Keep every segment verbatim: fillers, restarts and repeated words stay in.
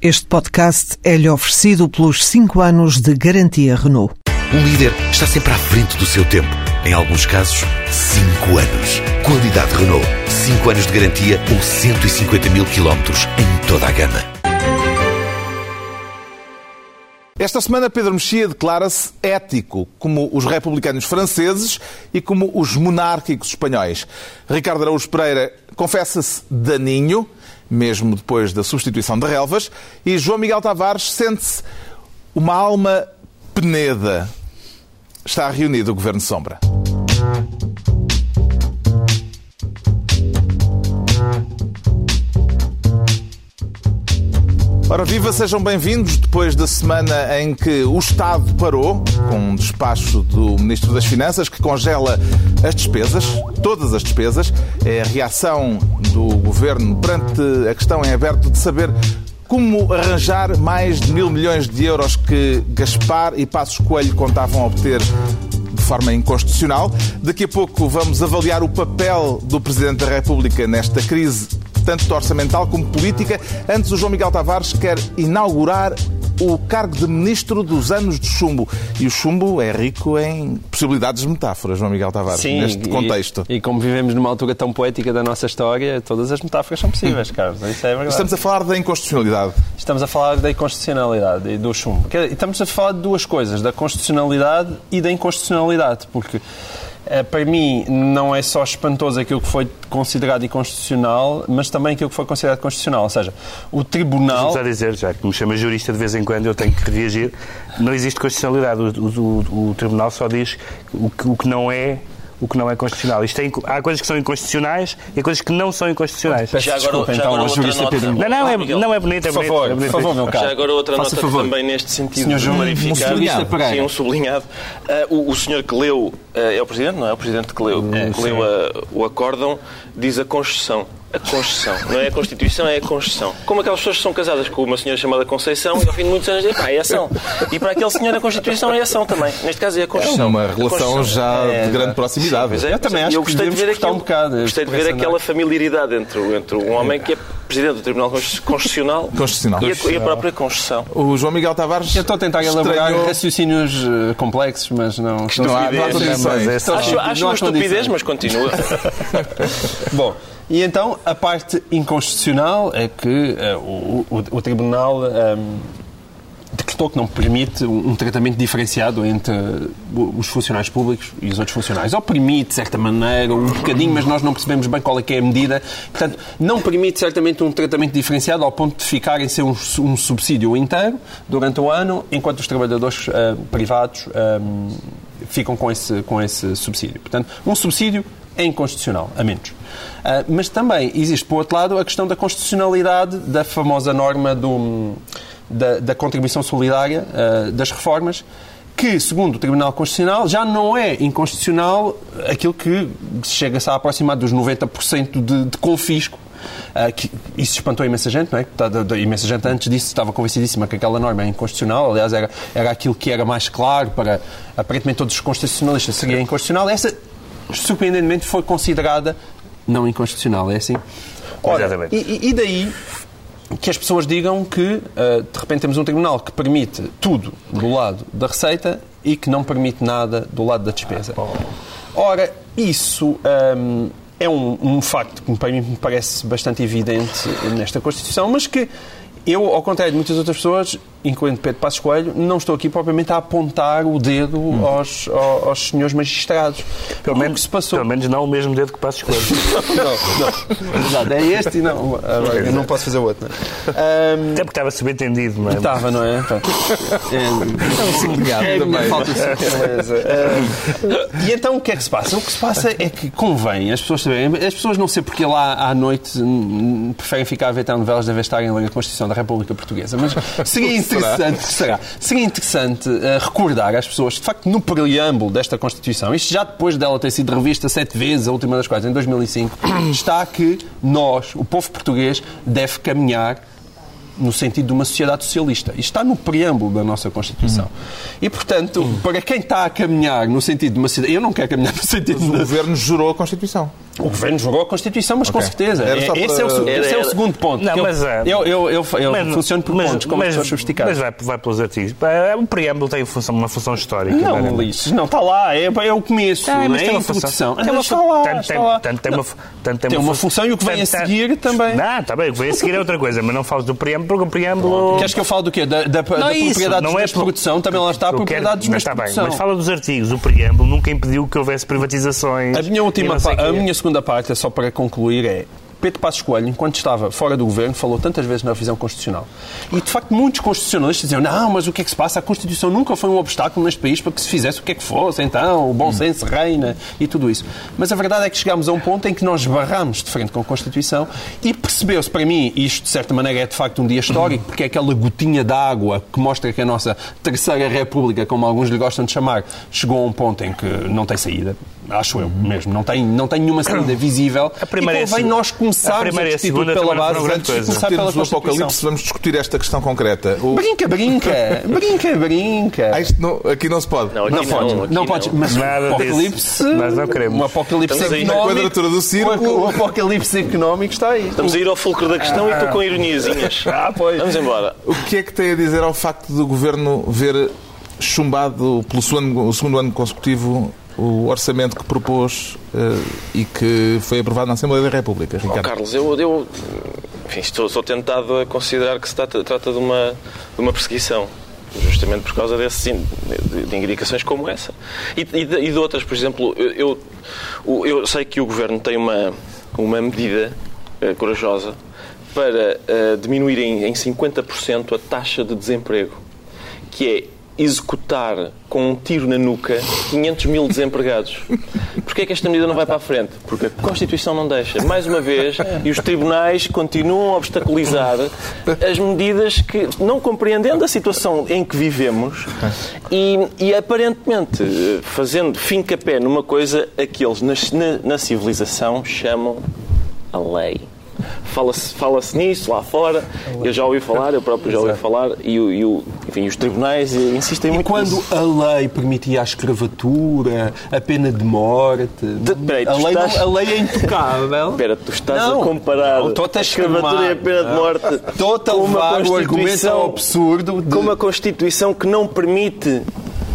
Este podcast é-lhe oferecido pelos cinco anos de garantia Renault. Um líder está sempre à frente do seu tempo. Em alguns casos, cinco anos. Qualidade Renault. cinco anos de garantia ou cento e cinquenta mil quilómetros em toda a gama. Esta semana, Pedro Mexia declara-se ético, como os republicanos franceses e como os monárquicos espanhóis. Ricardo Araújo Pereira confessa-se daninho, mesmo depois da substituição de Relvas, e João Miguel Tavares sente-se uma alma peneda. Está reunido o Governo Sombra. Ora viva, sejam bem-vindos depois da semana em que o Estado parou, com um despacho do Ministro das Finanças que congela as despesas, todas as despesas. É a reação do Governo perante a questão em aberto de saber como arranjar mais de mil milhões de euros que Gaspar e Passos Coelho contavam obter de forma inconstitucional. Daqui a pouco vamos avaliar o papel do Presidente da República nesta crise, tanto orçamental como política. Antes, o João Miguel Tavares quer inaugurar o cargo de Ministro dos Anos de Chumbo. E o chumbo é rico em possibilidades de metáforas, João Miguel Tavares, Sim, neste contexto. E, e como vivemos numa altura tão poética da nossa história, todas as metáforas são possíveis, Carlos. Isso é verdade. Estamos a falar da inconstitucionalidade. Estamos a falar da inconstitucionalidade e do chumbo. Estamos a falar de duas coisas, da constitucionalidade e da inconstitucionalidade, porque para mim não é só espantoso aquilo que foi considerado inconstitucional, mas também aquilo que foi considerado constitucional. Ou seja, o Tribunal... Deixa-me só dizer, já que me chama jurista de vez em quando, eu tenho que reagir. Não existe constitucionalidade. O, o, o Tribunal só diz o que, o que não é... o que não é constitucional. Isto é, há coisas que são inconstitucionais e há coisas que não são inconstitucionais. Peço já desculpa, agora, então, já agora outra nota. Não, não, é, não é bonito, é por bonito. Favor, é bonito. por favor, meu caro. Já agora outra Faça nota favor. Também neste sentido. senhor João, verificar. Um sublinhado. Sim, um sublinhado. Uh, o, o senhor que leu, uh, é o Presidente, não é? O Presidente que leu, é, que leu a, o acórdão, diz a Constituição. A Constituição. Não é a Constituição, é a Constituição. Como aquelas pessoas que são casadas com uma senhora chamada Conceição e ao fim de muitos anos dizem, pá, é ação. E para aquele senhor a Constituição é ação também. Neste caso é a Constituição. É uma relação já é, de grande proximidade. Sim, é, eu também acho eu que gostei de ver aquilo, um bocado. Gostei de ver aquela familiaridade entre, entre um homem que é Presidente do Tribunal Constitucional, Constitucional. E, a, e a própria Constituição. O João Miguel Tavares... Eu estou a tentar elaborar estranhou... raciocínios complexos, mas não... Que não há, não há condições. Acho, acho uma estupidez, mas continua. Bom, e então a parte inconstitucional é que uh, o, o, o Tribunal um, decretou que não permite um, um tratamento diferenciado entre os funcionários públicos e os outros funcionários. Ou permite, de certa maneira, um bocadinho, mas nós não percebemos bem qual é que é a medida. Portanto, não permite certamente um tratamento diferenciado ao ponto de ficarem ser um, um subsídio inteiro durante o ano, enquanto os trabalhadores uh, privados um, ficam com esse, com esse subsídio. Portanto, um subsídio é inconstitucional, a menos. Uh, mas também existe, por outro lado, a questão da constitucionalidade da famosa norma do, da, da contribuição solidária uh, das reformas, que, segundo o Tribunal Constitucional, já não é inconstitucional aquilo que chega-se a aproximar dos noventa por cento de, de confisco. Uh, que isso espantou imensa gente, não é? A imensa gente antes disso estava convencidíssima que aquela norma é inconstitucional. Aliás, era, era aquilo que era mais claro para, aparentemente, todos os constitucionalistas, seria inconstitucional. Essa, surpreendentemente, foi considerada não inconstitucional, é assim? Ora, e, e daí que as pessoas digam que, uh, de repente, temos um tribunal que permite tudo do lado da receita e que não permite nada do lado da despesa. Ora, isso um, é um, um facto que para mim me parece bastante evidente nesta Constituição, mas que eu, ao contrário de muitas outras pessoas, incluindo Pedro Passos Coelho, não estou aqui propriamente a apontar o dedo hum. aos, aos, aos senhores magistrados. Pelo menos, se passou. Pelo menos não o mesmo dedo que Passos Coelho. não, não. Exato, é este e não. Eu não posso fazer o outro. Um, Até porque estava subentendido, não é? Estava, não é? É um sublinhado é também. Falta de certeza. E então o que é que se passa? O que se passa é que convém as pessoas saberem. As pessoas não sei porque lá à noite preferem ficar a ver telenovelas de vez estarem a ler a Constituição da República Portuguesa, mas seria interessante, será? Seria interessante uh, recordar às pessoas que, de facto, no preâmbulo desta Constituição, isto já depois dela ter sido revista sete vezes, a última das quais, em dois mil e cinco, está que nós, o povo português, deve caminhar no sentido de uma sociedade socialista. Isto está no preâmbulo da nossa Constituição. Hum. E, portanto, hum. para quem está a caminhar no sentido de uma sociedade... Eu não quero caminhar no sentido mas de... o Governo jurou a Constituição. O Governo jurou a Constituição, mas okay. com certeza. É, para... esse, é o, era, esse é o era... segundo ponto. Não, mas, eu, eu, eu, eu, eu mas, funciono por mas, pontos, como mas, pessoas sofisticadas. Mas vai, vai pelos artigos. O preâmbulo tem função, uma função histórica. Não, não, Ulisses, não, está lá. É, é o começo, ah, não é? Tem uma introdução. Tem uma está lá, tanto, está tem, lá. Tanto, tem, uma, tanto, tem, tem uma, uma função e o que vem tanto, a seguir também. Não, está bem, o que vem a seguir é outra coisa, mas não fales do preâmbulo, porque o preâmbulo... Queres que eu fale do quê? Da, da, da não é propriedade dos não meios é de produção? Também lá está a propriedade dos meios de produção. produção. Mas fala dos artigos. O preâmbulo nunca impediu que houvesse privatizações. A minha, última a minha segunda parte, é só para concluir, é... Pedro Passos Coelho, enquanto estava fora do governo, falou tantas vezes na revisão constitucional. E, de facto, muitos constitucionalistas diziam não, mas o que é que se passa? A Constituição nunca foi um obstáculo neste país para que se fizesse o que é que fosse, então, o bom senso reina e tudo isso. Mas a verdade é que chegámos a um ponto em que nós barramos de frente com a Constituição e percebeu-se, para mim, isto de certa maneira é de facto um dia histórico, porque é aquela gotinha de água que mostra que a nossa Terceira República, como alguns lhe gostam de chamar, chegou a um ponto em que não tem saída. Acho eu mesmo. Não tem, não tem nenhuma saída visível. A primeira e convém é nós começarmos a, a discutir tudo pela base antes de começar pela Constituição. Apocalipse, vamos discutir esta questão concreta. O... Brinca, brinca! Brinca, brinca! Ah, isto não, aqui não se pode. Não, aqui não, não, pode. Aqui não pode. Mas nada o apocalipse... Nós não queremos. Um apocalipse económico... Na quadratura do círculo. O apocalipse económico está aí. Estamos a ir ao fulcro da questão ah, e estou com ironiazinhas. Ah, pois. Vamos embora. O que é que tem a dizer ao facto do Governo ver chumbado pelo segundo, o segundo ano consecutivo o orçamento que propôs uh, e que foi aprovado na Assembleia da República? Oh, Carlos, eu, eu enfim, estou, estou tentado a considerar que se trata, trata de, uma, de uma perseguição, justamente por causa desse, de, de indicações como essa. E, e, de, e de outras, por exemplo, eu, eu, eu sei que o Governo tem uma, uma medida uh, corajosa para uh, diminuir em, em cinquenta por cento a taxa de desemprego, que é executar com um tiro na nuca quinhentos mil desempregados. Porquê é que esta medida não vai para a frente? Porque a Constituição não deixa. Mais uma vez, e os tribunais continuam a obstaculizar as medidas que, não compreendendo a situação em que vivemos e, e aparentemente fazendo fim-capé numa coisa a que eles na, na, na civilização chamam a lei. Fala-se, fala-se nisso lá fora, eu já ouvi falar, eu próprio já ouvi falar, e, e o, enfim, os tribunais insistem e muito quando nisso. A lei permitia a escravatura, a pena de morte, de, peraí, a, lei estás... não, a lei é intocável. Espera, tu estás não, a comparar não, a escravatura e a pena de morte Estou-te a levar o argumento ao absurdo de... com uma Constituição que não permite, uh,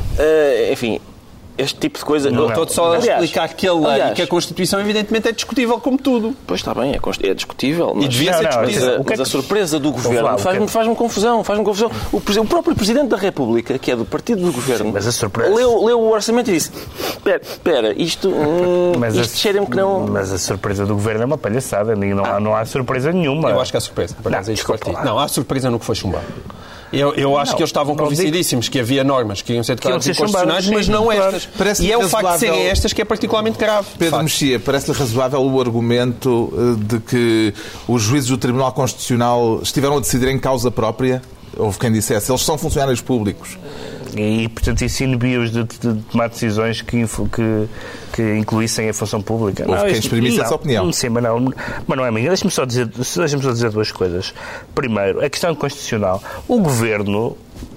enfim... este tipo de coisa... Não, estou só a aliás, explicar que a lei aliás, e que a Constituição, evidentemente, é discutível como tudo. Pois está bem, é, é discutível, mas, e devia ser não, discutível. Mas, a, mas a surpresa do Governo faz-me faz confusão. Faz-me confusão. O, o próprio Presidente da República, que é do partido do Governo, mas a surpresa... leu, leu o orçamento e disse espera, espera isto, hum, isto cheira-me que não... Mas a surpresa do Governo é uma palhaçada. Não, ah. há, não há surpresa nenhuma. Eu acho que há surpresa. Não, desculpa lá. Não, há surpresa no que foi chumbado. Eu, eu acho não, que eles estavam convencidíssimos digo... que havia normas que iam ser declaradas inconstitucionais, mas não estas. Parece-lhe e é razoável... o facto de serem estas que é particularmente grave. Pedro Mexia, parece-lhe razoável o argumento de que os juízes do Tribunal Constitucional estiveram a decidir em causa própria? Houve quem dissesse, eles são funcionários públicos. E, portanto, isso inibiu-os de, de, de tomar decisões que, que, que incluíssem a função pública. Houve não, quem isto, exprimisse não, essa opinião. Sim, mas não, mas não é minha. Deixa-me só, dizer, deixa-me só dizer duas coisas. Primeiro, a questão constitucional. O Governo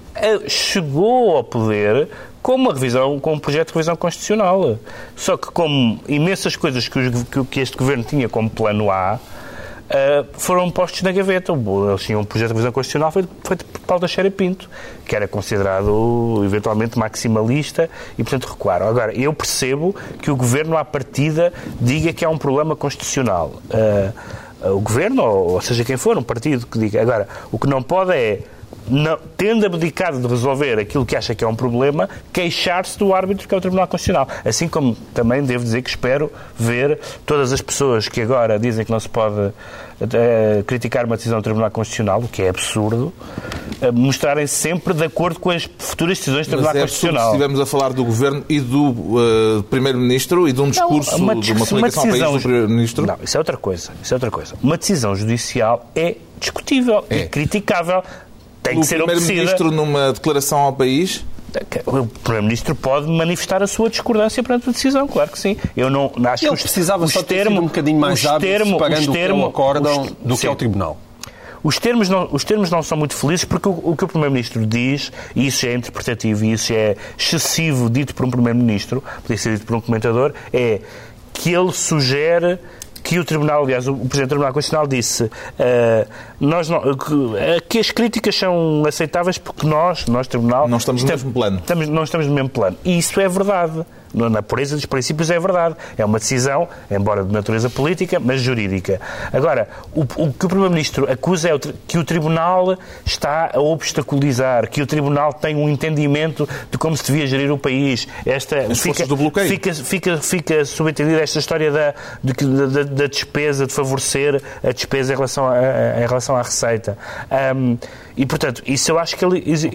chegou ao poder com uma revisão, com um projeto de revisão constitucional. Só que como imensas coisas que, os, que este Governo tinha como plano A, Uh, foram postos na gaveta. Eles tinham um projeto de revisão constitucional feito, feito por Paulo Teixeira Pinto, que era considerado eventualmente maximalista e, portanto, recuaram. Agora, eu percebo que o Governo, à partida, diga que há um problema constitucional. Uh, uh, o Governo, ou, ou seja quem for, um partido que diga. Agora, o que não pode é, não, tendo abdicado de resolver aquilo que acha que é um problema, queixar-se do árbitro que é o Tribunal Constitucional. Assim como também devo dizer que espero ver todas as pessoas que agora dizem que não se pode uh, criticar uma decisão do Tribunal Constitucional, o que é absurdo, uh, mostrarem-se sempre de acordo com as futuras decisões do Tribunal Mas é Constitucional. Se estivermos a falar do Governo e do uh, Primeiro-Ministro e de um discurso, não, uma, de uma comunicação ao país do Primeiro-Ministro... Não, isso é outra coisa. Isso é outra coisa. Uma decisão judicial é discutível, é, é criticável. Tem que o ser obedecida. O Primeiro-Ministro, numa declaração ao país... O Primeiro-Ministro pode manifestar a sua discordância perante a decisão, claro que sim. Eu não acho Ele que precisava os só ter termos, um bocadinho mais hábil separando o que é o acórdão do que é o Tribunal. os termos, não, os termos não são muito felizes porque o, o que o Primeiro-Ministro diz, e isso é interpretativo e isso é excessivo dito por um Primeiro-Ministro, podia ser dito por um comentador, é que ele sugere que o Tribunal, aliás, o Presidente do Tribunal Constitucional disse uh, nós não, que, que as críticas são aceitáveis porque nós, nós Tribunal... Não estamos no estamos, mesmo plano. Estamos, não estamos no mesmo plano. E isso é verdade. Na pureza dos princípios é verdade. É uma decisão, embora de natureza política, mas jurídica. Agora, o, o que o Primeiro-Ministro acusa é que o Tribunal está a obstaculizar, que o Tribunal tem um entendimento de como se devia gerir o país. Esta, As fica, forças do bloqueio. Fica, fica, fica subentendida esta história da, de, da, da despesa, de favorecer a despesa em relação, a, a, em relação à receita. Um, e, portanto, isso eu acho que ele...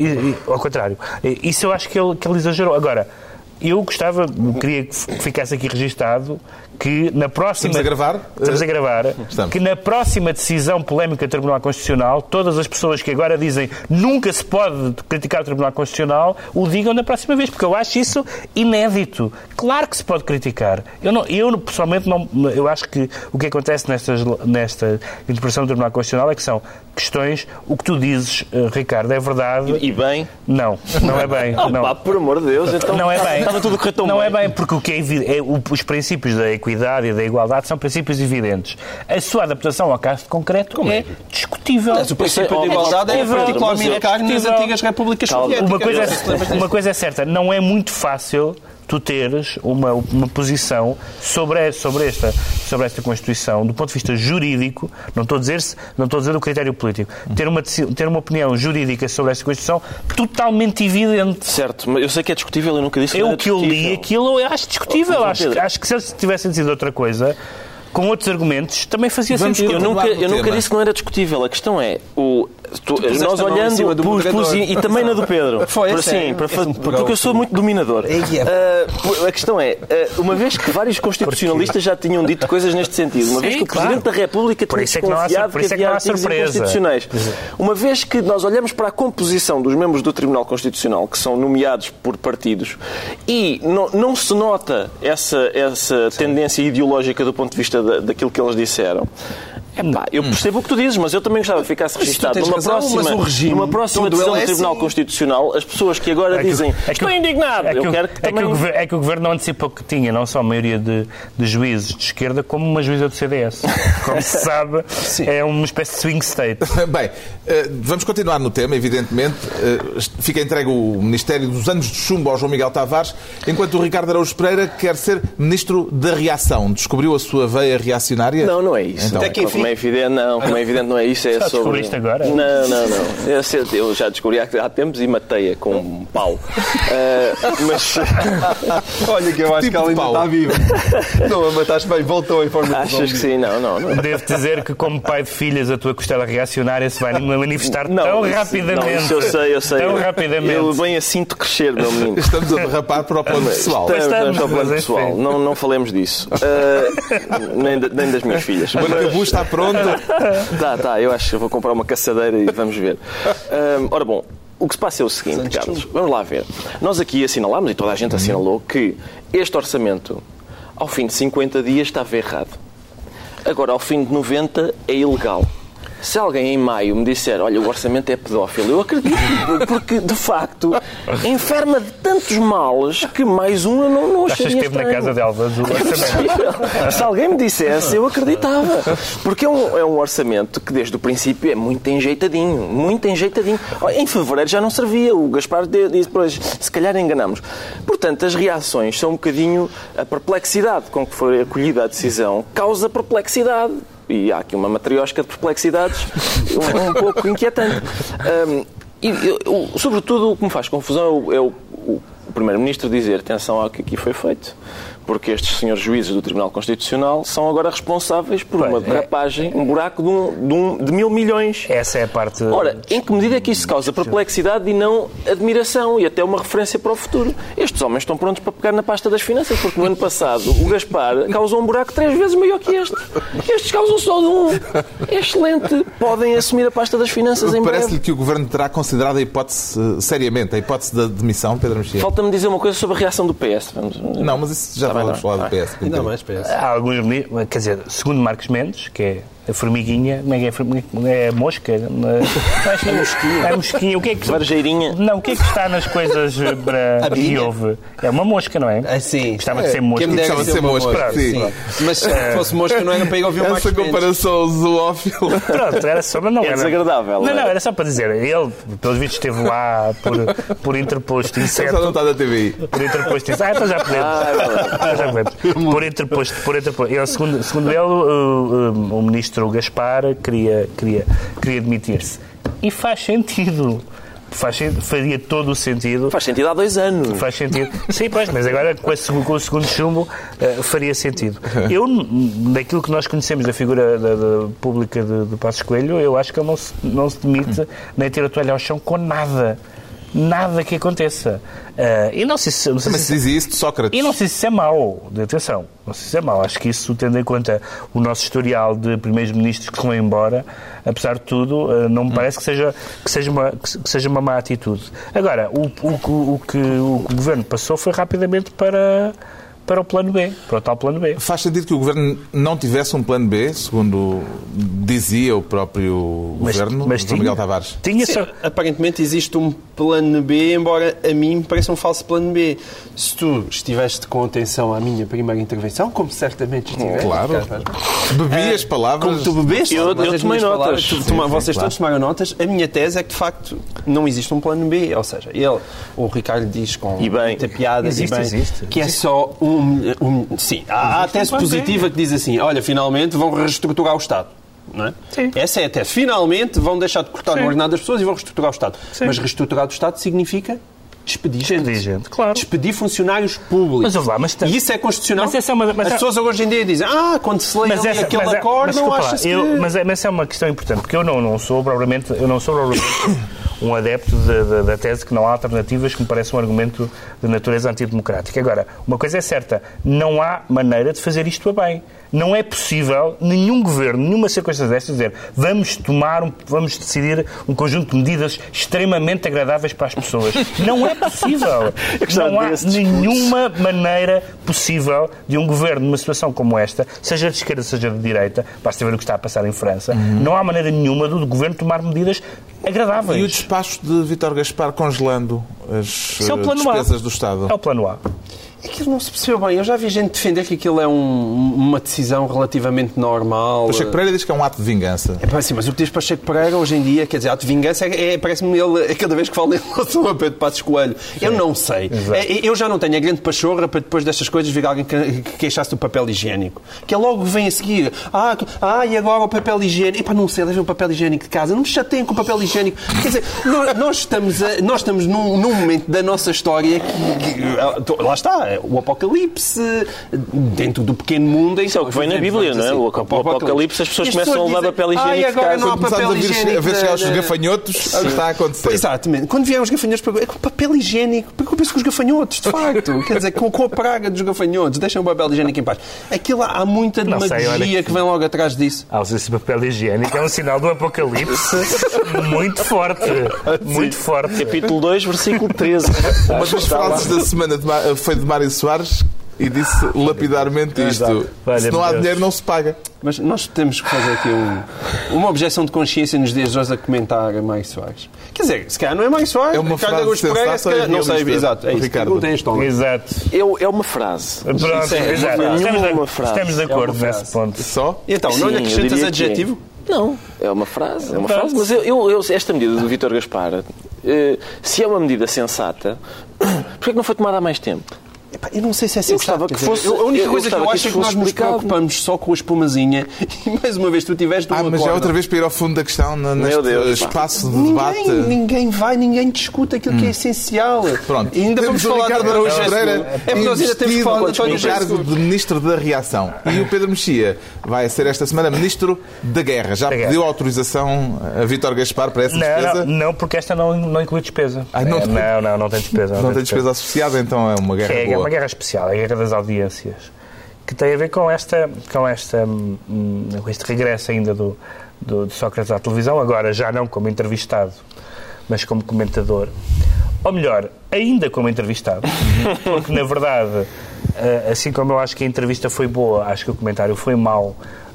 Ao contrário. Isso eu acho que ele, que ele exagerou. Agora, eu gostava, queria que ficasse aqui registado que na próxima... Estamos a gravar? Estamos a gravar. Estamos. Que na próxima decisão polémica do Tribunal Constitucional, todas as pessoas que agora dizem nunca se pode criticar o Tribunal Constitucional, o digam na próxima vez, porque eu acho isso inédito. Claro que se pode criticar. Eu, não, eu pessoalmente, não, eu acho que o que acontece nestas, nesta interpretação do Tribunal Constitucional é que são questões, o que tu dizes, Ricardo, é verdade. E, e bem? Não, não é bem. Oh, não. pá, por amor de Deus, então não é bem. Estava tudo a correr tão não bem. Não é bem, porque o que é evidente, é, o, os princípios da equidade e da igualdade são princípios evidentes. A sua adaptação ao caso concreto Como é, é discutível. Mas o princípio de igualdade é, é particularmente caro nas antigas repúblicas soviéticas. Uma coisa, uma coisa é certa, não é muito fácil tu teres uma, uma posição sobre, sobre, esta, sobre esta Constituição, do ponto de vista jurídico, não estou a dizer, não estou a dizer do critério político, ter uma, ter uma opinião jurídica sobre esta Constituição totalmente evidente. Certo, mas eu sei que é discutível, eu nunca disse que eu era que eu li aquilo, eu acho discutível. Acho, acho que se eles tivessem decidido outra coisa, com outros argumentos, também fazia Vamos sentido. Eu nunca, eu nunca disse que não era discutível. A questão é, o, tu, nós olhando, pus, pus, e, e também na do Pedro, Foi, por, assim, assim, para, porque eu sou muito dominador. Uh, a questão é, uh, uma vez que vários constitucionalistas já tinham dito coisas neste sentido, uma Sim, vez que o claro. Presidente da República tinha desconfiado que havia artigos inconstitucionais, uma vez que nós olhamos para a composição dos membros do Tribunal Constitucional, que são nomeados por partidos, e não, não se nota essa, essa tendência ideológica do ponto de vista da, daquilo que eles disseram. Epá, eu percebo o que tu dizes, mas eu também gostava que ficasse registado numa razão, próxima, mas o regime, numa próxima decisão do Tribunal assim. Constitucional, as pessoas que agora É que, dizem é que, estou indignado, é que, eu quero que é também... Que o governo, é que o Governo não antecipou que tinha não só a maioria de, de juízes de esquerda, como uma juíza do C D S. Como se sabe, é uma espécie de swing state. Bem, vamos continuar no tema, evidentemente. Fica entregue o Ministério dos Anos de Chumbo ao João Miguel Tavares, enquanto o Ricardo Araújo Pereira quer ser Ministro da Reação. Descobriu a sua veia reacionária? Não, não é isso. Então, Até que, como é evidente, não. Como é evidente, não é isso. É Já sobre... descobriste agora? Não, não, não. Eu, sei, eu já descobri há, há tempos e matei-a com um pau. Uh, mas... Olha que eu acho tipo que ela ainda pau? está viva. Não a mataste bem, voltou em forma de Achas que sim? Não, não. não. Devo dizer que, como pai de filhas, a tua costela reacionária se vai manifestar Não, tão isso, rapidamente. Não, isso eu sei, eu sei. Tão rapidamente. Eu bem assim de crescer, meu menino. Estamos a derrapar para o plano pessoal. Estamos, estamos ao plano Mas, pessoal. enfim. Não, não falemos disso. Uh, nem, de, nem das minhas filhas. O Arcabuz está pronto. Tá, tá. Eu acho que vou comprar uma caçadeira e vamos ver. Um, ora bom, o que se passa é o seguinte, Carlos. Vamos lá ver. Nós aqui assinalámos, e toda a gente assinalou, que este orçamento, ao fim de cinquenta dias, estava errado. Agora, ao fim de noventa, é ilegal. Se alguém em maio me disser, olha, o orçamento é pedófilo, eu acredito, porque, de facto, enferma de tantos males que mais um eu não, não acharia Achas que esteve na casa de Alvas o orçamento? Se alguém me dissesse, eu acreditava. Porque é um, é um orçamento que, desde o princípio, é muito enjeitadinho. Muito enjeitadinho. Em fevereiro já não servia. O Gaspar disse, pois, se calhar enganamos. Portanto, as reações são um bocadinho... A perplexidade com que foi acolhida a decisão causa perplexidade. E há aqui uma matriosca de perplexidades um, um pouco inquietante. Um, e, eu, sobretudo, o que me faz confusão é o, é o, o Primeiro-Ministro dizer atenção ao que aqui foi feito, porque estes senhores juízes do Tribunal Constitucional são agora responsáveis por Bem, uma derrapagem, um buraco de, um, de, um, de mil milhões. Essa é a parte... Ora, em que medida é que isto causa perplexidade e não admiração e até uma referência para o futuro? Estes homens estão prontos para pegar na pasta das finanças, porque no ano passado o Gaspar causou um buraco três vezes maior que este. Estes causam só de um. Excelente. Podem assumir a pasta das finanças em breve. Parece-lhe que o Governo terá considerado a hipótese, seriamente, a hipótese da demissão, Pedro Mexia? Falta-me dizer uma coisa sobre a reação do P S. Vamos... Não, mas isso já Tá bem, vamos não. falar do P S. Ainda mais P S. Há alguns ministros, quer dizer, segundo Marcos Mendes, que é a formiguinha, como é que é? Formiguinha? É a mosca? É a mosquinha. É a mosquinha. O que é que... Varjeirinha. Não, o que é que está nas coisas para que houve? É uma mosca, não é? Ah, sim. Gostava de ser mosca. Gostava de ser mosca, mosca. sim. Sim. Mas se fosse mosca não era para ir ouvir o Max Essa comparação zoófila. Pronto, era só, mas não É era... desagradável. Não, não, era só para dizer. Ele, pelos vistos, esteve lá por, por interposto inseto. Só não está na T V I. Por interposto inseto. Ah, então já podemos. Ah, já podemos. Por interposto. Por interposto. Ele, segundo, segundo ele, o, o, o ministro Gaspar queria, queria, queria demitir-se. E faz sentido. Faz, faria todo o sentido. Faz sentido há dois anos. Faz sentido. Sim, pois, mas agora com, esse, com o segundo chumbo uh, faria sentido. Eu, daquilo que nós conhecemos da figura da, da pública de, de Passos Coelho, eu acho que ele não se, não se demite nem tira a toalha ao chão com nada. Nada que aconteça. Uh, e não sei se... Não sei Mas se se dizia isso de Sócrates. E não sei se isso é mau, de atenção, não sei se isso é mau. Acho que isso, tendo em conta o nosso historial de primeiros-ministros que vão embora, apesar de tudo, não me parece que seja, que seja, uma, que seja uma má atitude. Agora, o, o, o, que o Governo passou foi rapidamente para... para o plano B, para o tal plano B. Faz sentido que o Governo não tivesse um plano B, segundo dizia o próprio Mas- Governo, mas João tinha. Miguel Tavares? Tinha Sim, só... aparentemente existe um plano B, embora a mim me pareça um falso plano B. Se tu estiveste com atenção à minha primeira intervenção, como certamente estiveste, Claro. Carlos, Bebi as palavras... como tu bebeste, Eu- mas eu as tomei minhas notas. palavras, tu- toma- Sim, sim, vocês claro. todos tomaram notas. A minha tese é que, de facto, não existe um plano B. Ou seja, ele, o Ricardo diz com E bem. muita piada, Existe, e bem, existe. que é só um... um sim, há, há a tese um plano B. positiva que diz assim, olha, finalmente vão reestruturar o Estado. Não é? Sim. Essa é a tese. Finalmente vão deixar de cortar Sim. no ordenado das pessoas e vão reestruturar o Estado. Sim. Mas reestruturar o Estado significa despedir gente. Despedir gente, claro. Despedir funcionários públicos. Mas ouve lá, mas tem- E isso é constitucional. Mas essa é uma- mas As é- pessoas hoje em dia dizem, ah, quando se lê ali aquele mas é- acordo, mas não desculpa lá, achas que... eu- mas, é, mas essa é uma questão importante, porque eu não, não sou propriamente, eu não sou propriamente um adepto da, da, da tese que não há alternativas, que me parece um argumento de natureza antidemocrática. Agora, uma coisa é certa, não há maneira de fazer isto a bem. Não é possível nenhum governo, nenhuma circunstância destas, dizer vamos tomar, um, vamos decidir um conjunto de medidas extremamente agradáveis para as pessoas. Não é possível. gostava Não há desse discurso. nenhuma maneira possível de um governo, numa situação como esta, seja de esquerda, seja de direita, basta ver o que está a passar em França, não há maneira nenhuma do governo tomar medidas agradáveis. E o despacho de Vítor Gaspar congelando as Isso é o eh, plano A. despesas do Estado? É o plano A. Aquilo não se percebeu bem. Eu já vi gente defender que aquilo é um- uma decisão relativamente normal. Pacheco Pereira diz que é um ato de vingança. É pá, assim, mas o que diz Pacheco Pereira hoje em dia, quer dizer, ato de vingança, é, é- parece-me ele, é cada vez que fala em relação a Pedro Passos Coelho. Eu não sei. É, eu já não tenho a grande pachorra para depois destas coisas vir alguém que, que queixasse do papel higiênico. Que é logo vem a seguir. Ah, ah, e agora o papel higiênico. Epá, não sei, levem o papel higiênico de casa. Não me chateiem com o papel higiênico. Quer dizer, nós, nós estamos, a- nós estamos num, num momento da nossa história que, que- lá está, é o apocalipse dentro do pequeno mundo. Isso é o que vem na Bíblia, não é? O apocalipse, as pessoas começam a levar papel higiênico de casa. Não há Começámos papel a ver, higiênico a ver chegar os na- na- gafanhotos, é o que está a acontecer. Exatamente. Quando vieram os gafanhotos, perguntam, é com papel higiênico. Preocupem-se com os gafanhotos, de facto. Quer dizer, com, com a praga dos gafanhotos. Deixem o papel higiênico em paz. Aquilo, há muita Não sei, demagogia olha- que vem logo atrás disso. A ausência de papel higiênico é um sinal do apocalipse muito forte. Muito forte. Capítulo dois, versículo treze. Uma das frases da semana de Ma- foi de Mário Soares e disse lapidarmente isto: Olha, se não há Deus. dinheiro, não se paga. Mas nós temos que fazer aqui um, uma objeção de consciência nos dias de hoje a comentar a Mário Soares. Quer dizer, se calhar não é Mário Soares, É uma Ricardo frase Augusto Pereira, se sensata calhar, e não sei, realista. exato, é isso. Ricardo. Não tem estômago. Exato. Eu, é uma frase. Pronto, Isso é- exato. não é Estamos, nenhuma de, frase. estamos de É acordo uma nesse frase. ponto. Só? Então, não Sim, lhe eu acrescentas diria que adjetivo? Não, é uma frase, é uma Frase. frase. Mas eu, eu- eu- esta medida do Vítor Gaspar, eh, se é uma medida sensata, porquê é que não foi tomada há mais tempo? Epá, eu não sei se é Eu sensato. gostava quer que dizer, fosse- eu- a única eu coisa que gostava eu que acho é isso que nós fosse nos explicado. preocupamos só com a espumazinha e mais uma vez tu tiveste um Ah, mas é acordo. outra vez para ir ao fundo da questão na- neste Deus, pá. espaço de debate. Ninguém, ninguém vai, ninguém discute aquilo que é essencial. Pronto, E ainda temos vamos o falar Ricardo de António Araújo Gesso. Pereira É porque nós ainda temos que falar de António no cargo Gesso. de Ministro da Reação. E o Pedro Mexia vai ser esta semana Ministro da Guerra. Já Da pediu Guerra. autorização a Vítor Gaspar para essa Não, despesa? não, não, porque esta não, não inclui despesa. Ah, não É, tem- não, não, não tem despesa. Não tem despesa associada, então é uma guerra É boa. uma guerra especial, é a guerra das audiências, que tem a ver com esta, com esta, hum, com este regresso ainda do, do, de Sócrates à televisão, agora já não como entrevistado, mas como comentador. Ou melhor, ainda como entrevistado, porque na verdade, assim como eu acho que a entrevista foi boa, acho que o comentário foi mau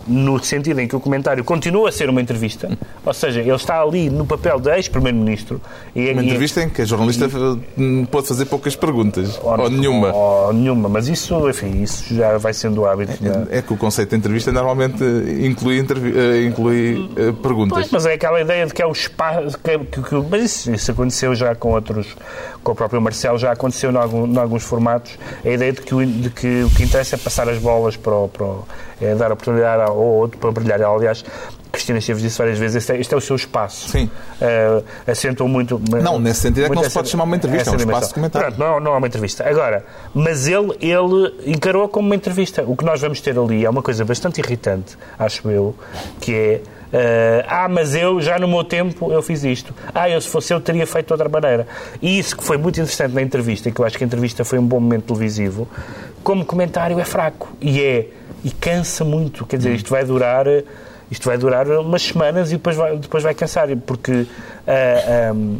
no sentido em que o comentário continua a ser uma entrevista, ou seja, ele está ali no papel de ex-primeiro-ministro. E, uma e, entrevista em que a jornalista e, pode fazer poucas perguntas, ou, ou nenhuma. Ou, ou nenhuma, mas isso, enfim, isso já vai sendo o hábito. É, é que o conceito de entrevista normalmente inclui, intervi- inclui uh, perguntas. Pois, mas é aquela ideia de que é o espaço... Que, que, que, mas isso, isso aconteceu já com outros, com o próprio Marcelo, já aconteceu em, algum, em alguns formatos, a ideia de que, o, de que o que interessa é passar as bolas para o... Para o é dar a oportunidade ao outro para brilhar. Aliás, Cristina Esteves disse várias vezes, este é, este é o seu espaço. Sim. Uh, acentuam muito... Não, nesse sentido é que não se essa, pode chamar uma entrevista, é um espaço de comentário. Pronto, não, não é uma entrevista. Agora, mas ele, ele encarou como uma entrevista. O que nós vamos ter ali é uma coisa bastante irritante, acho eu, que é... Uh, ah, mas eu, já no meu tempo, eu fiz isto. Ah, eu, se fosse eu, teria feito de outra maneira. E isso que foi muito interessante na entrevista, e que eu acho que a entrevista foi um bom momento televisivo, como comentário é fraco. E é... E cansa muito. Quer dizer, isto vai durar... Isto vai durar umas semanas e depois vai, depois vai cansar. Porque... Uh, um,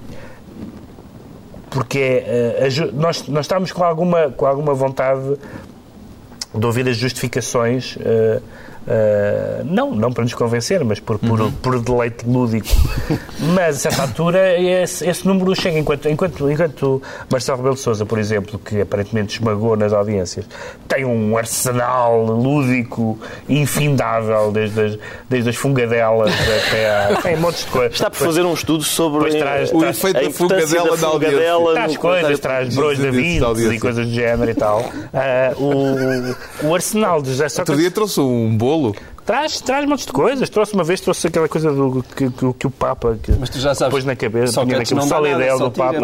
porque uh, nós, nós estamos com alguma, com alguma vontade de ouvir as justificações... Uh, Uh, não, não para nos convencer, mas por, por, uhum. por deleite lúdico. Mas, a certa altura, esse, esse número chega. Enquanto, enquanto, enquanto Marcelo Rebelo de Sousa, por exemplo, que aparentemente esmagou nas audiências, tem um arsenal lúdico infindável, desde as, desde as fungadelas até a... Tem montes de coisas. Está por fazer um estudo sobre traz, o traz, efeito da fungadela na audiência. Traz coisas, traz bros da vida e coisas do género e tal. Uh, o, o arsenal de José Sócrates... Outro dia trouxe um bolo. Traz, traz montes de coisas. Trouxe uma vez, trouxe aquela coisa do, que, que, que o Papa que Mas tu já sabes, pôs na cabeça, tinha naquele solidel do Papa.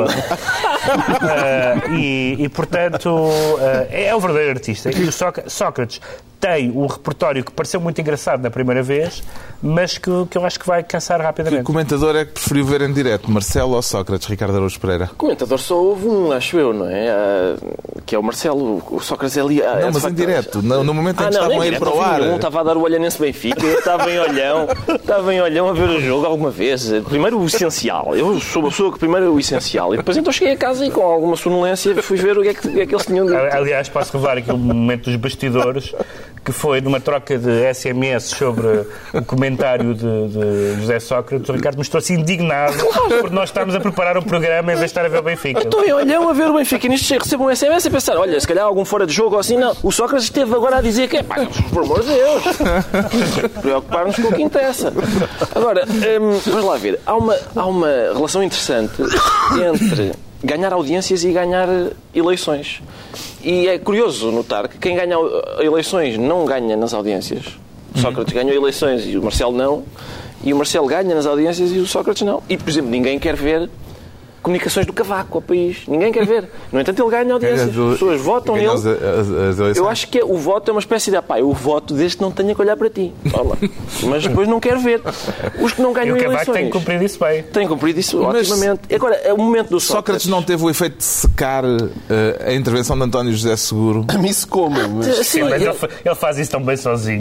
uh, e, e, portanto, uh, é, é o verdadeiro artista. E o Sócrates tem o repertório que pareceu muito engraçado na primeira vez, mas que, que eu acho que vai cansar rapidamente. Que comentador é que preferiu ver em direto, Marcelo ou Sócrates, Ricardo Araújo Pereira? Comentador só houve um, acho eu, não é? Uh, que é o Marcelo, o Sócrates ali... Uh, não, mas em direto, no, no momento em ah, que não, estavam a ir para o ar. Um estava a dar o Olhanense Benfica, eu estava em Olhão, estava em Olhão a ver o jogo alguma vez. Primeiro o essencial, eu sou uma pessoa que primeiro é o essencial, e depois então cheguei a casa e com alguma sonolência fui ver o que é que, o que, é que eles tinham dito. Aliás, posso revelar aquele momento dos bastidores, que foi numa troca de S M S sobre o comentário de, de José Sócrates. O Ricardo mostrou-se indignado por nós estarmos a preparar um programa em vez de estar a ver o Benfica. Estou em Olhão a ver o Benfica e nisto recebo um S M S a pensar, olha, se calhar algum fora de jogo ou assim, não. O Sócrates esteve agora a dizer que é, pá, por amor de Deus, preocupar-nos com o que interessa. Agora, hum, vamos lá ver, há uma, há uma relação interessante entre ganhar audiências e ganhar eleições. E é curioso notar que quem ganha eleições não ganha nas audiências. O Sócrates ganhou eleições e o Marcelo não. E o Marcelo ganha nas audiências e o Sócrates não. E, por exemplo, ninguém quer ver comunicações do Cavaco ao país. Ninguém quer ver. No entanto, ele ganha audiências. As pessoas votam nele. As, as, as eu acho que o voto é uma espécie de, pá, eu voto desde que não tenha que olhar para ti. Olha. Mas depois não quero ver. Os que não ganham eleições... E o Cavaco tem cumprido isso bem. Tem cumprido isso Mas otimamente. Agora, o momento do Sócrates... Sócrates não teve o efeito de secar uh, a intervenção de António José Seguro? A mim se como. Mas... Sim, Sim, mas ele... ele faz isso tão bem sozinho.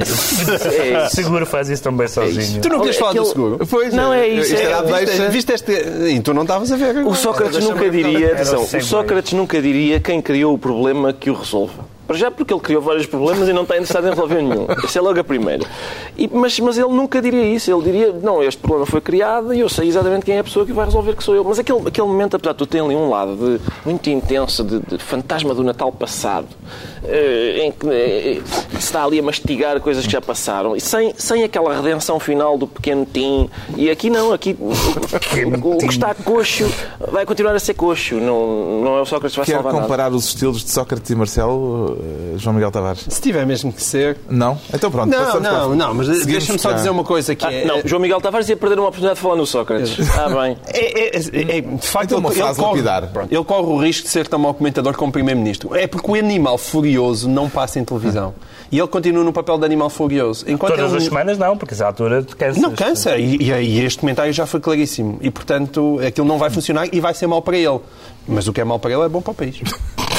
É Seguro faz isso tão bem sozinho. É tu não queres falar do Seguro? Pois, não é isso. Isto era é, viste, viste este... E tu não estavas a ver. O Sócrates nunca diria, atenção, o Sócrates nunca diria quem criou o problema que o resolve. Para já porque ele criou vários problemas e não está interessado em resolver nenhum. Essa é logo a primeira. E, mas, mas ele nunca diria isso. Ele diria, não, este problema foi criado e eu sei exatamente quem é a pessoa que vai resolver, que sou eu. Mas aquele, aquele momento, apesar de tu ter ali um lado de, muito intenso de, de fantasma do Natal passado, eh, em que eh, se está ali a mastigar coisas que já passaram, e sem, sem aquela redenção final do pequeno Tim. E aqui não, aqui o, o, o que está coxo vai continuar a ser coxo. Não, não é o Sócrates que vai Quer salvar nada. Quer comparar os estilos de Sócrates e Marcelo, João Miguel Tavares? Se tiver mesmo que ser... Não? Então pronto. Não, não, não, mas deixa-me só dizer uma coisa que ah, é... Não, João Miguel Tavares ia perder uma oportunidade de falar no Sócrates. Ah, bem. É, é, é, de facto, então, uma ele, frase ele, corre, lapidar. ele corre o risco de ser tão mau comentador como Primeiro-Ministro. É porque o animal furioso não passa em televisão. E ele continua no papel de animal furioso. Enquanto Todas ele... as semanas não, porque essa altura cansa. Não cansa. E, e, e este comentário já foi claríssimo. E, portanto, aquilo não vai funcionar e vai ser mau para ele. Mas o que é mau para ele é bom para o país.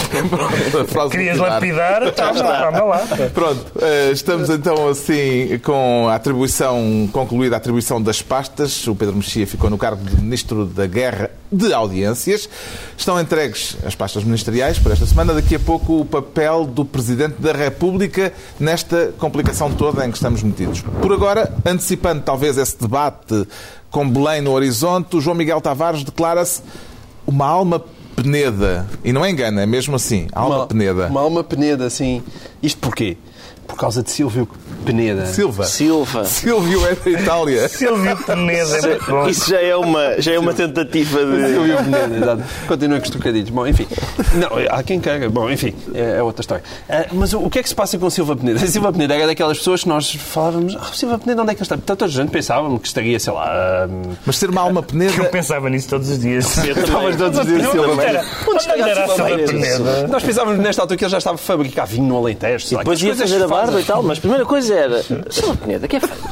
Querias lapidar? Toma lá. Pronto, estamos então assim com a atribuição, concluída a atribuição das pastas. O Pedro Mexia ficou no cargo de Ministro da Guerra de Audiências. Estão entregues as pastas ministeriais por esta semana. Daqui a pouco o papel do Presidente da República nesta complicação toda em que estamos metidos. Por agora, antecipando talvez esse debate com Belém no horizonte, o João Miguel Tavares declara-se uma alma Peneda. E não engana, é mesmo assim. Alma uma, Peneda. Uma alma Peneda, sim. Isto porquê? Por causa de Silvio Peneda. Silva. Silva. Silvio é da Itália. Silvio Peneda. É muito bom. Isso já é uma, já é uma tentativa de... Silvio Peneda, exato. Continua com os trocadilhos. Bom, enfim. Não, há quem queira. Bom, enfim, é, é outra história. Uh, mas o, o que é que se passa com Silva Peneda? A Silva Peneda era daquelas pessoas que nós falávamos, ah, Silva Peneda, onde é que ele está? Toda a gente pensávamos que estaria, sei lá... Uh... Mas ser uma alma Peneda... Eu pensava nisso todos os dias. Estavas todos os dias Silva Peneda. Onde era a Silva Peneda? Nós pensávamos nesta altura que ele já estava a fabricar vinho no Alentejo. E depois ia fazer a barba e tal, mas a primeira coisa era Silva Peneda, que é feito?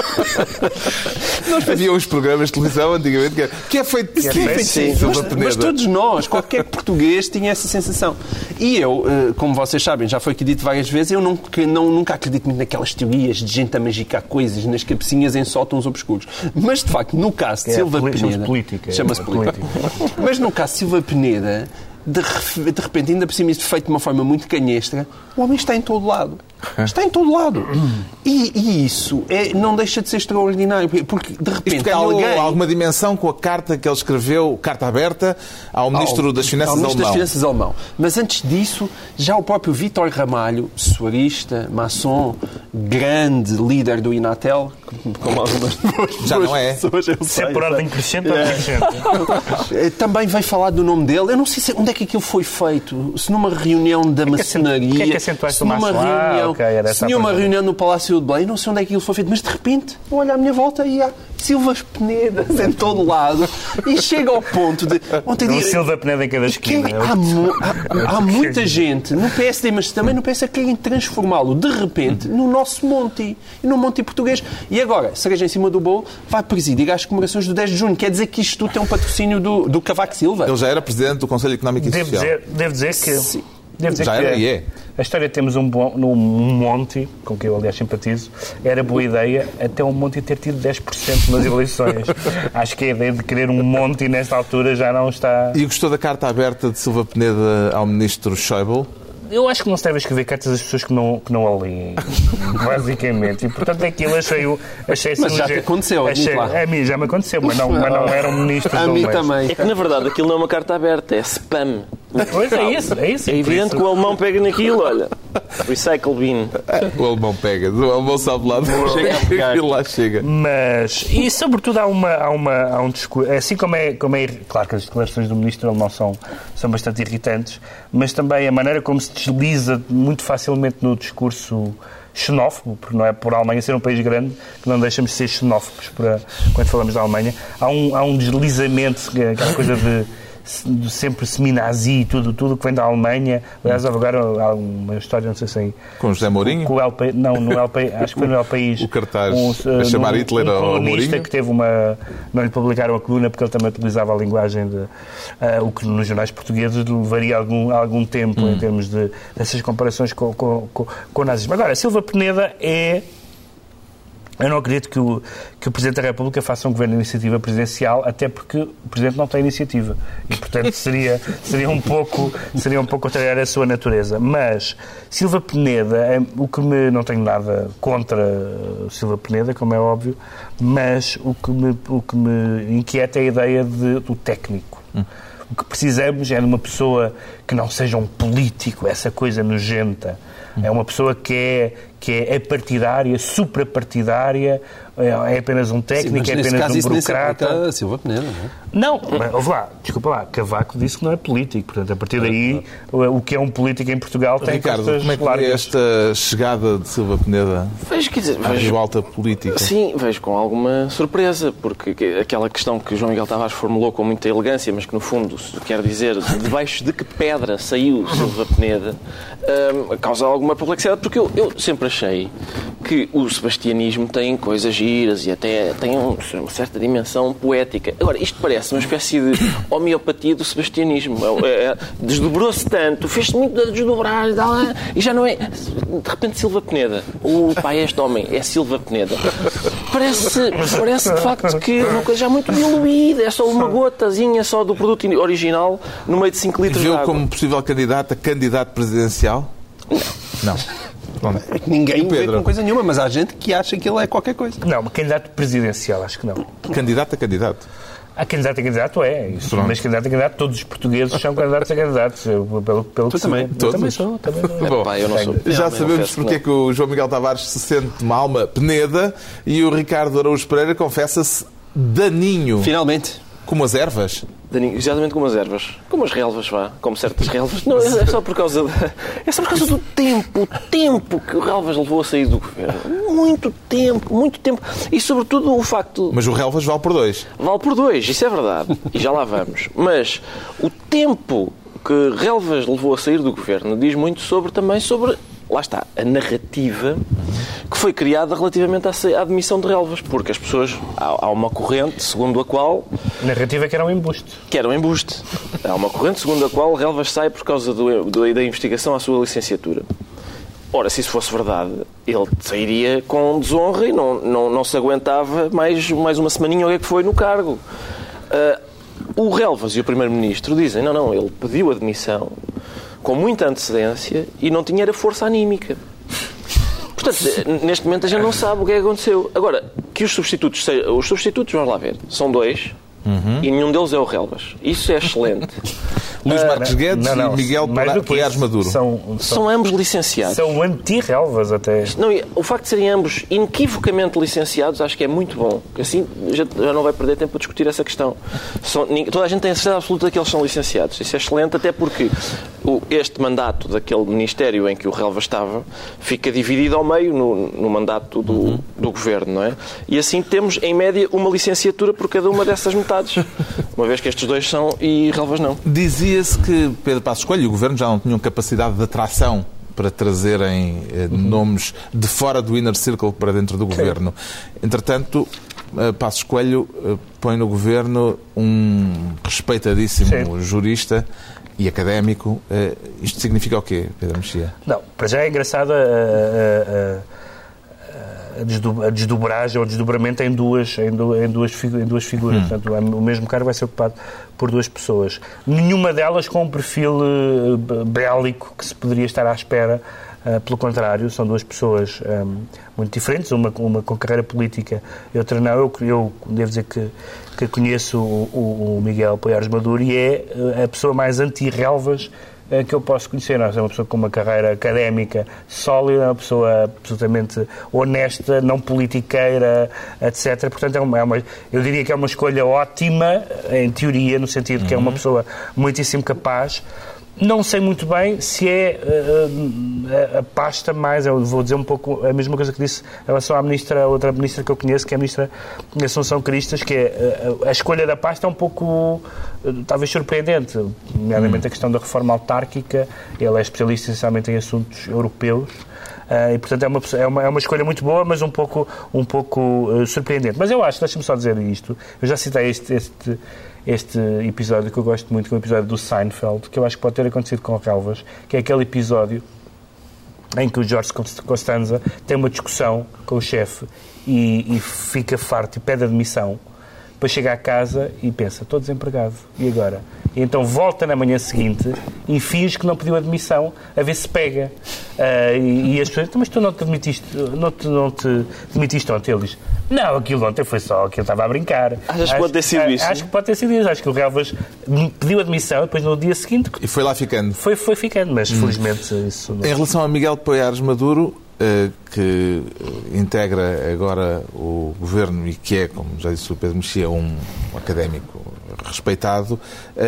Nós havia uns programas de televisão antigamente que, era, que é feito de sim, sim, sim. Mas, mas todos nós, qualquer português tinha essa sensação. E eu, como vocês sabem, já foi aqui dito várias vezes, eu nunca, não, nunca acredito muito naquelas teorias de gente a magicar coisas nas cabecinhas em sótãos obscuros. Mas, de facto, no caso de é, Silva Peneda... Peneda... Política. Chama-se política. Mas no caso de Silva Peneda, de, de repente, ainda por cima isto feito de uma forma muito canhestra, o homem está em todo lado. Está em todo lado. E, e isso é, não deixa de ser extraordinário, porque de repente isto ganhou alguém... alguma dimensão com a carta que ele escreveu, carta aberta, ao Ministro ao, das Finanças ao Ministro alemão. das Finanças alemão. Mas antes disso, já o próprio Vítor Ramalho, soarista, maçom, grande líder do Inatel, como algumas já não é. pessoas, eu Se é sei, por sei. ordem crescente ou decrescente. Também veio falar do nome dele. Eu não sei se, onde é que aquilo foi feito. Se numa reunião da que maçonaria... que é que acentuaste se numa o maçom? Ah, reunião, okay, era se numa reunião no Palácio de Belém, não sei onde é que aquilo foi feito, mas de repente, eu olho à minha volta e há Silvas Penedas em todo lado e chega ao ponto de... Ontem Um dia, Silva Peneda em cada esquina. quem, há, mu- há, há muita gente no P S D, mas também no P S D, que querem transformá-lo, de repente, no nosso Monti, e no Monti português. E agora, cereja em cima do bolo, vai presidir às comemorações do dez de junho. Quer dizer que isto tudo tem um patrocínio do, do Cavaco Silva. Ele já era Presidente do Conselho Económico e Devo Social. dizer, devo dizer que... Sim. Devo dizer Já que era e é. A história temos um, bom, um Monti, com que eu aliás simpatizo, era boa ideia até o Monti ter tido dez por cento nas eleições. Acho que a ideia de querer um Monti nesta altura já não está... E gostou da carta aberta de Silva Peneda ao Ministro Schäuble? Eu acho que não se deve escrever cartas às pessoas que não, que não a leem, basicamente. E, portanto, aquilo achei... achei Mas já te aconteceu, achei, lá. A mim já me aconteceu, mas não, mas não era um ministro. A mim também. É que, na verdade, aquilo não é uma carta aberta, é spam. Pois é isso, é isso. É evidente que o alemão pega naquilo, olha. Recycle bin. O alemão pega. O alemão sabe lá. Chega a pegar. Aquilo lá chega. Mas, e sobretudo há, uma, há, uma, há um discurso, assim como é, como é, claro que as declarações do ministro alemão são, são bastante irritantes, mas também a maneira como se desliza muito facilmente no discurso xenófobo, porque não é por a Alemanha ser um país grande que não deixamos de ser xenófobos para, quando falamos da Alemanha. Há um, há um deslizamento, aquela coisa de sempre semi-nazi, tudo, tudo que vem da Alemanha. Aliás, agora há uma história, não sei se é... Com José Mourinho? Com o L P, não, no L P, acho que foi no El País. O cartaz um, a chamar um, Hitler um ao colunista Mourinho? que teve uma... Não lhe publicaram a coluna porque ele também utilizava a linguagem de... Uh, o que nos jornais portugueses levaria algum, algum tempo hum. em termos de, dessas comparações com, com, com, com o nazismo. Agora, Silva Peneda é... Eu não acredito que o, que o Presidente da República faça um governo de iniciativa presidencial, até porque o Presidente não tem iniciativa. E, portanto, seria, seria, um, pouco, seria um pouco contrariar a sua natureza. Mas Silva Peneda, é, o que me... Não tenho nada contra Silva Peneda, como é óbvio, mas o que me, o que me inquieta é a ideia de, do técnico. Hum. O que precisamos é de uma pessoa que não seja um político, essa coisa nojenta. Hum. É uma pessoa que é, que é partidária, suprapartidária, é apenas um técnico, sim, é apenas caso, um isso burocrata. Nem Silva Peneda, não é? Não, mas, ouve lá, desculpa lá, Cavaco disse que não é político, portanto, a partir daí, o que é um político em Portugal tem Ricardo, costas como é que largas. é esta chegada de Silva Peneda Vejo, quer dizer, à vejo, ribalta política? Sim, vejo com alguma surpresa, porque aquela questão que João Miguel Tavares formulou com muita elegância, mas que no fundo quer dizer debaixo de que pedra saiu Silva Peneda, um, causa alguma perplexidade, porque eu, eu sempre achei que o sebastianismo tem coisas giras e até tem um, uma certa dimensão poética. Agora, isto parece uma espécie de homeopatia do sebastianismo. É, é, desdobrou-se tanto, fez-se muito a desdobrar e, tal, e já não é... De repente, Silva Peneda. O pai é este homem, é Silva Peneda. Parece, parece de facto que é uma coisa já muito diluída, é só uma gotazinha só do produto original no meio de cinco litros Viu de água. como possível candidata, candidato presidencial? Não. Não. Ninguém vê Pedro. com coisa nenhuma, mas há gente que acha que ele é qualquer coisa. Não, candidato presidencial, acho que não. Candidato a candidato. A candidato a candidato é. Isso, mas candidato a candidato, todos os portugueses são candidatos a candidatos. Eu, Pelo, pelo Tu que também? Eu Todos? também sou. Também sou. Bom, Pá, eu não sou. já Não, sabemos confesso porque é que que o João Miguel Tavares se sente uma alma Peneda e o Ricardo Araújo Pereira confessa-se daninho, Finalmente. como as ervas. Daninho, exatamente como as ervas. Como as relvas, vá. Como certas relvas. Não, é só por causa de, é só por causa do tempo. O tempo que o Relvas levou a sair do governo. Muito tempo, muito tempo. E sobretudo o facto... Mas o Relvas vale por dois. Vale por dois, isso é verdade. E já lá vamos. Mas o tempo que Relvas levou a sair do governo diz muito sobre também sobre... Lá está, a narrativa que foi criada relativamente à admissão de Relvas, porque as pessoas, há, há uma corrente segundo a qual... Narrativa que era um embuste. Que era um embuste. Há uma corrente segundo a qual Relvas sai por causa do, do, da investigação à sua licenciatura. Ora, se isso fosse verdade, ele sairia com desonra e não, não, não se aguentava mais, mais uma semaninha ou o que é que foi no cargo. Uh, o Relvas e o Primeiro-Ministro dizem, não, não, ele pediu admissão com muita antecedência e não tinha era força anímica. Portanto, neste momento a gente não sabe o que é que aconteceu. Agora, que os substitutos, os substitutos, vamos lá ver, são dois uhum. e nenhum deles é o Relvas. Isso é excelente. Luís Marques Guedes não, não, e Miguel Poiares Maduro. São, são, são ambos licenciados. São anti-Relvas até. Não, o facto de serem ambos inequivocamente licenciados acho que é muito bom. Porque assim já, já não vai perder tempo a discutir essa questão. São, toda a gente tem a certeza absoluta de que eles são licenciados. Isso é excelente, até porque o, este mandato daquele ministério em que o Relvas estava fica dividido ao meio no, no mandato do, uhum. do governo, não é? E assim temos, em média, uma licenciatura por cada uma dessas metades. Uma vez que estes dois são e Relvas não. Dizia-se que Pedro Passos Coelho e o Governo já não tinham capacidade de atração para trazerem eh, uhum. nomes de fora do inner circle para dentro do Governo. Entretanto, eh, Passos Coelho eh, põe no Governo um respeitadíssimo Sim. jurista e académico. Eh, isto significa o quê, Pedro Mexia? Não, para já é engraçado a, a, a, a desdobragem ou desdobramento em duas, em duas, em duas, em duas figuras. Hum. Portanto, o mesmo cargo vai ser ocupado por duas pessoas. Nenhuma delas com um perfil uh, bélico que se poderia estar à espera. Uh, pelo contrário, são duas pessoas um, muito diferentes, uma, uma com carreira política e outra não. Eu, eu devo dizer que, que conheço o, o, o Miguel Poiares Maduro e é a pessoa mais anti-relvas que eu posso conhecer. Nós é uma pessoa com uma carreira académica sólida, uma pessoa absolutamente honesta, não politiqueira, etcétera. Portanto, é uma, é uma, eu diria que é uma escolha ótima, em teoria, no sentido que é uma pessoa muitíssimo capaz. Não sei muito bem se é uh, a pasta mais, eu vou dizer um pouco a mesma coisa que disse em relação à ministra, outra ministra que eu conheço, que é a ministra Assunção Cristas, que é uh, a escolha da pasta é um pouco, uh, talvez surpreendente, nomeadamente a questão da reforma autárquica. Ele é especialista essencialmente em assuntos europeus. Uh, e, portanto, é uma, é, uma, é uma escolha muito boa, mas um pouco, um pouco uh, surpreendente. Mas eu acho, deixa-me só dizer isto, eu já citei este, este, este episódio que eu gosto muito, que é o episódio do Seinfeld, que eu acho que pode ter acontecido com Relvas, que é aquele episódio em que o George Costanza tem uma discussão com o chefe e, e fica farto e pede admissão. Depois chega à casa e pensa, estou desempregado, e agora? E então volta na manhã seguinte e finge que não pediu admissão, a ver se pega. Uh, e, e as pessoas dizem, mas tu não te demitiste, não te, não te demitiste ontem? Ele diz, não, aquilo ontem foi só que eu estava a brincar. Achas acho, que pode ter sido acho, isso? Acho que pode ter sido isso. Acho que o Relvas pediu admissão, depois no dia seguinte... E foi lá ficando. Foi, foi ficando, mas hum. felizmente isso... Não... Em relação a Miguel Poiares Maduro, que integra agora o governo e que é, como já disse o Pedro Mexia, um académico respeitado,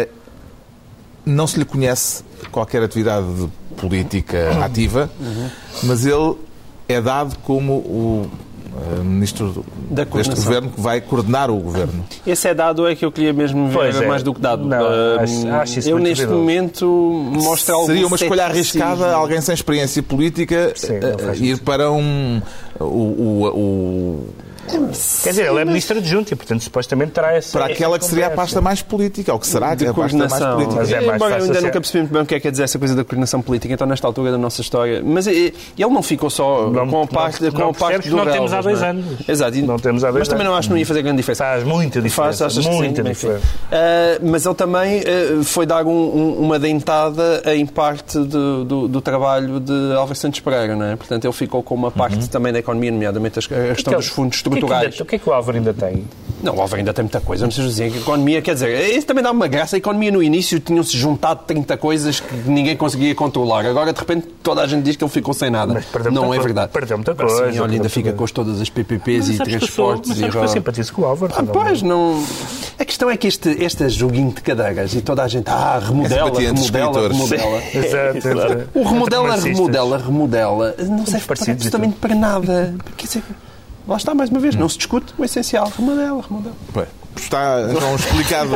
não se lhe conhece qualquer atividade política ativa, uhum. mas ele é dado como o ministro Da deste governo que vai coordenar o governo. Esse é dado, é que eu queria mesmo ver Pois é. mais do que dado. Não, Uh, acho- acho isso eu muito neste duvidoso. momento mostro algo Seria uma escolha ceticismo. arriscada, alguém sem experiência política, Sim, eh, não faz ir para um... O, o, o- Quer dizer, ele é ministro adjunto e, portanto, supostamente terá essa. para aquela que seria a conversa. pasta mais política, ou que será de a pasta mais coordenação. política. Mas é mais Embora eu fácil ainda ser- nunca percebi muito bem o que é que quer dizer essa coisa da coordenação política, então nesta altura da nossa história. Mas eh, ele não ficou só Não- com a parte, não- com não a parte percebes do que não temos há relvas, dois não é? anos. Exato. E- Não temos há dois Mas também anos. não acho que não ia fazer grande diferença. Faz muita Faz, diferença. achas que sim? Muita Enfim. diferença. Ah, mas ele também ah, foi dar um- um- uma dentada em parte de- do, do trabalho de Álvaro Santos Pereira, não é? Portanto, ele ficou com uma parte também da economia, nomeadamente a questão dos fundos O que é que estruturais. ainda- O que é que o Álvaro ainda tem? Não, o Álvaro ainda tem muita coisa, não sei dizer que a economia, quer dizer, isso também dá uma graça. A economia no início tinham-se juntado trinta coisas que ninguém conseguia controlar. Agora, de repente, toda a gente diz que ele ficou sem nada. Mas perdeu Não muita é coisa. verdade. Perdeu muita Sim, coisa, olha, ainda perdeu fica tudo. com todas as P P Ps Mas e sabes que eu sou- transportes. mas e sabes que eu simpatizo com o Álvaro. Ah, pois, não... A questão é que este, este joguinho de cadeiras e toda a gente, ah, remodela, simpatia entre remodela, escritores. remodela. Exato, exato. O remodela, Marxistas. remodela, remodela, não serve para, parecidos e absolutamente para nada. Quer dizer, lá está, mais uma vez, não se discute o essencial. Remodela, remodela. Pois, está então explicado.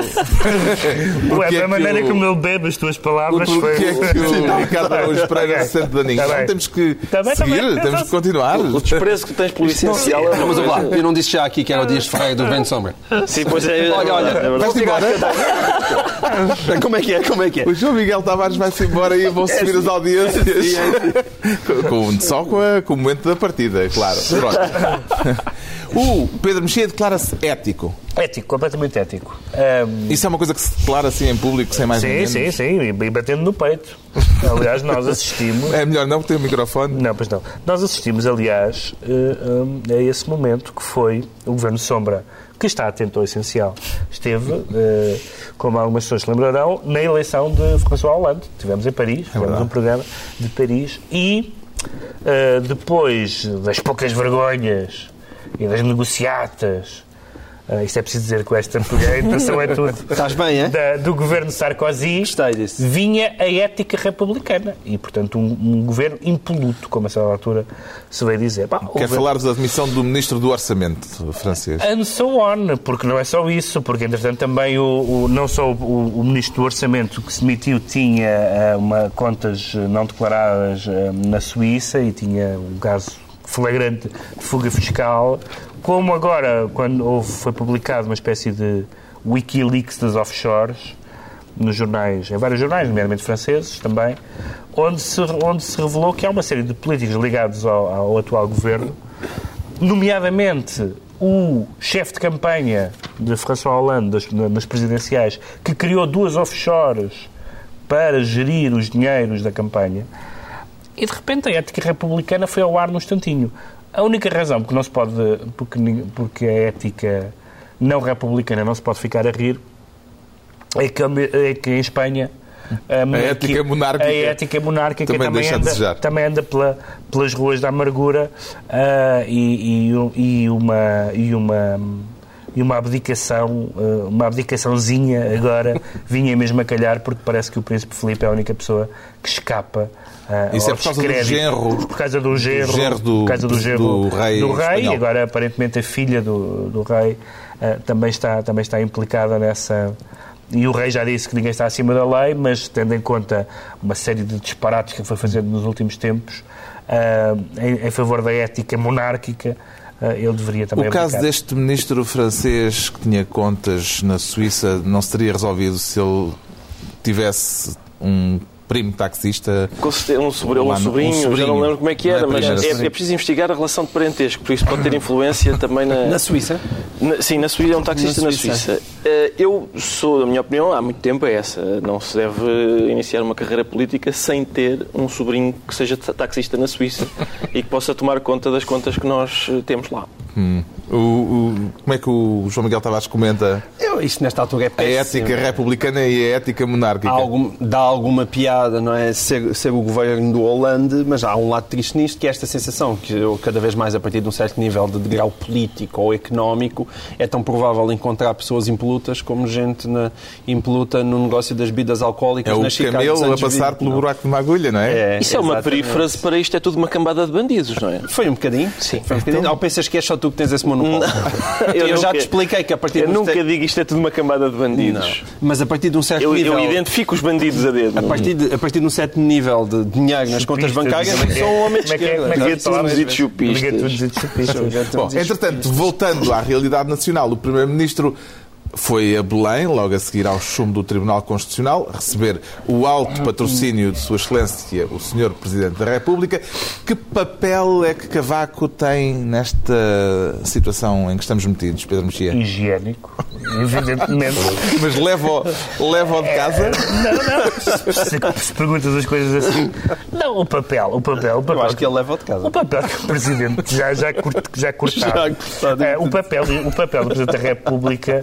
Ué, Porque é a maneira que o- como ele bebe as tuas palavras foi. Porque é que o Ricardo Araújo Pereira se sente daninho? Tá bem. Não, temos que Tá bem, tá seguir, bem. temos que continuar. O desprezo que tens pelo essencial é Não, uma mas olha lá, coisa- eu não disse já aqui que era o Dias de Ferreira do Vento Sombra. Sim, pois é. Olha, olha, é verdade. Vais-te embora? Como é que é? Como é que é? O João Miguel Tavares vai-se embora e vão subir as audiências. Com, só com, a- com o momento da partida, é claro. Pronto. O Pedro Mexia declara-se ético. Ético, completamente ético. Ahm, Isso é uma coisa que se declara assim em público, sem mais nem sim, menos? sim, sim, e e batendo no peito. Aliás, nós assistimos. É melhor não, porque tem o microfone. Não, pois não. Nós assistimos, aliás, eh, um, a esse momento que foi o Governo Sombra, que está atento ao essencial. Esteve, eh, como algumas pessoas se lembrarão, na eleição de François Hollande. Estivemos em Paris, fizemos verdade. um programa de Paris e eh, depois das poucas vergonhas e das negociatas, uh, isto é preciso dizer com esta a intenção é tudo, Estás bem, é? da, do governo Sarkozy, Gostei disso. vinha a ética republicana e, portanto, um, um governo impoluto, como a essa altura se veio dizer. Bah, Quer houve- falar da admissão do Ministro do Orçamento francês? And so on, porque não é só isso, porque entretanto também o, o- não só o, o Ministro do Orçamento que se demitiu tinha eh, uma, contas não declaradas eh, na Suíça e tinha um caso flagrante de fuga fiscal, como agora, quando houve, foi publicado uma espécie de Wikileaks das offshores, nos jornais, em vários jornais, nomeadamente franceses também, onde se, onde se revelou que há uma série de políticos ligados ao, ao atual governo, nomeadamente o chefe de campanha de François Hollande das, nas presidenciais, que criou duas offshores para gerir os dinheiros da campanha, e de repente a ética republicana foi ao ar num instantinho. A única razão porque não se pode, porque, porque a ética não republicana não se pode ficar a rir é que, é que em Espanha a, monarquia- ética monárquica a ética monárquica também também, deixa a anda, desejar. também anda pela, pelas ruas da amargura ah, e, e, e uma e uma e uma abdicação, ah, uma abdicaçãozinha agora vinha mesmo a calhar, porque parece que o Príncipe Filipe é a única pessoa que escapa ah, Isso é ao por causa do descrédito. genro- por causa do genro, genro do- por causa do, genro do rei do rei espanhol. e agora aparentemente a filha do, do rei ah, também, está, também está implicada nessa. E o rei já disse que ninguém está acima da lei, mas tendo em conta uma série de disparates que foi fazendo nos últimos tempos ah, em, em favor da ética monárquica, ah, ele deveria também O caso abdicar. deste ministro francês que tinha contas na Suíça não se teria resolvido se ele tivesse um primo taxista? Com certeza, um sobrinho, Um um ano- sobrinho, um sobrinho. já não lembro como é que Não é era, mas primeira, é, sobrinho. é preciso investigar a relação de parentesco, por isso pode ter influência também na... Na Suíça? Na- sim, na Suíça, é um taxista Na na Suíça. Suíça. Eh, Eu sou, da minha opinião, há muito tempo é essa. Não se deve iniciar uma carreira política sem ter um sobrinho que seja taxista na Suíça e que possa tomar conta das contas que nós eh, temos lá. Hum. O, o- como é que o João Miguel Tavares comenta? Eu Não, isto nesta altura é A péssimo. ética republicana e a ética monárquica. Há algum, dá alguma piada, não é? Ser, ser o governo do Hollande, mas há um lado triste nisto, que é esta sensação que eu, cada vez mais, a partir de um certo nível de grau político ou económico, é tão provável encontrar pessoas impolutas como gente na, impoluta no negócio das bebidas alcoólicas. É o nas Chicago dos camelo a anos passar vinte, pelo não. buraco de uma agulha, não é? É, Isso é uma exatamente. perífrase para isto, é tudo uma cambada de bandidos, não é? Foi um bocadinho? Sim. Foi um bocadinho. Ou pensas que é só tu que tens esse monopólio? Eu Eu, já nunca- te expliquei que a partir Eu de um nunca certo- digo isto é tudo uma cambada de bandidos. Mas a partir de um certo Eu, nível... eu identifico os bandidos a dedo. A partir, de, a partir de um certo nível de dinheiro nas contas bancárias, Como é que é? são homens de Como é que é? esquerda. Como é que é? Gatunos e chupistas. Gatunos e chupistas. Bom, entretanto, voltando à realidade nacional, o Primeiro-Ministro foi a Belém, logo a seguir ao chumbo do Tribunal Constitucional, receber o alto patrocínio de Sua Excelência, o senhor Presidente da República. Que papel é que Cavaco tem nesta situação em que estamos metidos, Pedro Mexia? Higiênico, evidentemente. Mas leva-o leva de casa? Não, não. Se, se perguntas as coisas assim. Não, o papel, o papel, o papel. Eu acho que ele leva-o de casa. O papel que o Presidente já, já, curt, já cortado. Já cortado. Eh, o, papel, o papel do Presidente da República,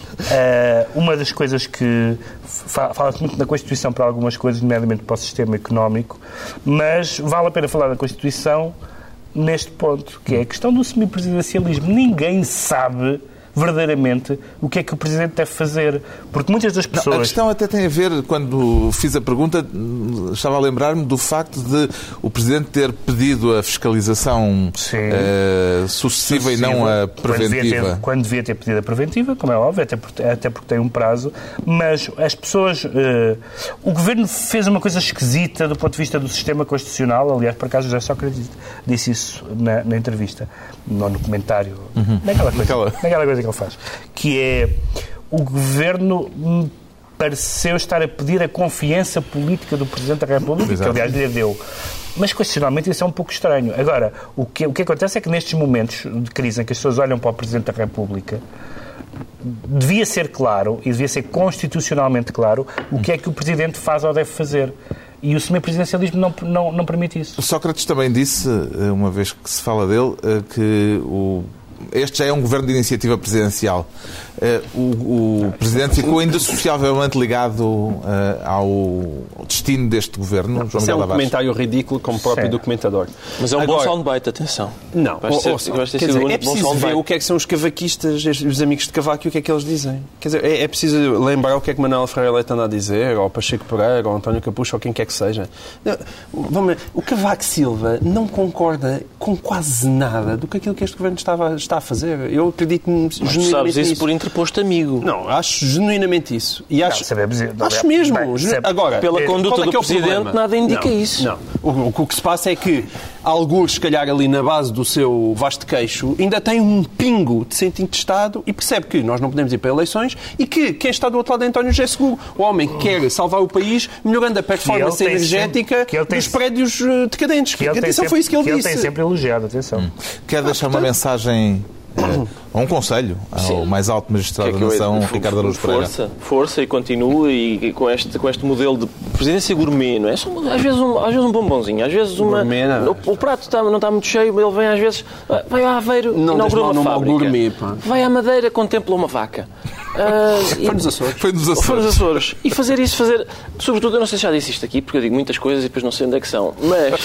eh, uma das coisas que fa- fala-se muito na Constituição para algumas coisas, nomeadamente para o sistema económico, mas vale a pena falar da Constituição neste ponto, que é a questão do semipresidencialismo. Ninguém sabe verdadeiramente o que é que o Presidente deve fazer, porque muitas das A pessoas... questão até tem a ver, quando fiz a pergunta, estava a lembrar-me do facto de o Presidente ter pedido a fiscalização eh, sucessiva e não a Quando devia, preventiva. ter, quando devia ter pedido a preventiva, como é óbvio, até porque, até porque tem um prazo, mas as pessoas... eh, o Governo fez uma coisa esquisita do ponto de vista do sistema constitucional, aliás, por acaso José Sócrates disse isso na, na entrevista, no documentário, uhum. naquela, coisa, Naquela... naquela coisa que ele faz, que é o Governo me pareceu estar a pedir a confiança política do Presidente da República, Exato. que aliás lhe deu. Mas, constitucionalmente, isso é um pouco estranho. Agora, o que, o que acontece é que nestes momentos de crise em que as pessoas olham para o Presidente da República, devia ser claro, e devia ser constitucionalmente claro, o que é que o Presidente faz ou deve fazer. E o semipresidencialismo não, não, não permite isso. Sócrates também disse, uma vez que se fala dele, que o este já é um governo de iniciativa presidencial. O, o Presidente ficou indissociavelmente ligado uh, ao destino deste governo. Não, João isso é Miguel um Tavares. comentário ridículo, como próprio Sim. documentador. Mas é um Agora, bom soundbite, atenção. Não, Vais ter, ou- ou- vais ter quer sido dizer, um é bom preciso ver soundbite. o que é que são os cavaquistas, os amigos de Cavaco, e o que é que eles dizem. Quer dizer, é, é preciso lembrar o que é que Manuel Ferreira Leite anda a dizer, ou Pacheco Pereira, ou António Capucho, ou quem quer que seja. Não, vamos ver, o Cavaco Silva não concorda com quase nada do que aquilo que este governo estava, está a fazer. Eu acredito Mas tu genuinamente sabes isso nisso. por interposto amigo. Não, acho genuinamente isso. E acho, Não, sabemos- não, acho é- mesmo. bem, genu- sabe- Agora, Pela eh, conduta qual é do que é o Presidente, problema? nada indica Não, isso. Não. O, o que se passa é que, alguns, se calhar, ali na base do seu vasto queixo, ainda tem um pingo de sentido de Estado e percebe que nós não podemos ir para eleições e que quem está do outro lado é António José Seguro, o homem que quer salvar o país, melhorando a performance Que ele tem energética sempre- que ele tem dos sempre- prédios eh, decadentes. Que ele tem Atenção, sempre, foi isso que ele que disse. ele tem sempre elogiado, atenção. Quer deixar uma mensagem, eh, ou um conselho ao Sim. mais alto magistrado Que é da que eu- nação, for- Ricardo Araújo Pereira. Força, força e continua e, e com, este, com este modelo de presidência gourmet, não é? Só, às, vezes um, às vezes um bombonzinho, às vezes uma... Gourmet, não. o, o prato está, não está muito cheio, ele vem às vezes... Vai a Aveiro, Não inaugura diz mal uma nome ao fábrica. gourmet, pá. Vai à Madeira, contempla uma vaca. Ah, e- Foi nos Açores. Foi nos Foi nos Açores. Açores. E fazer isso, fazer... Sobretudo, eu não sei se já disse isto aqui, porque eu digo muitas coisas e depois não sei onde é que são, mas,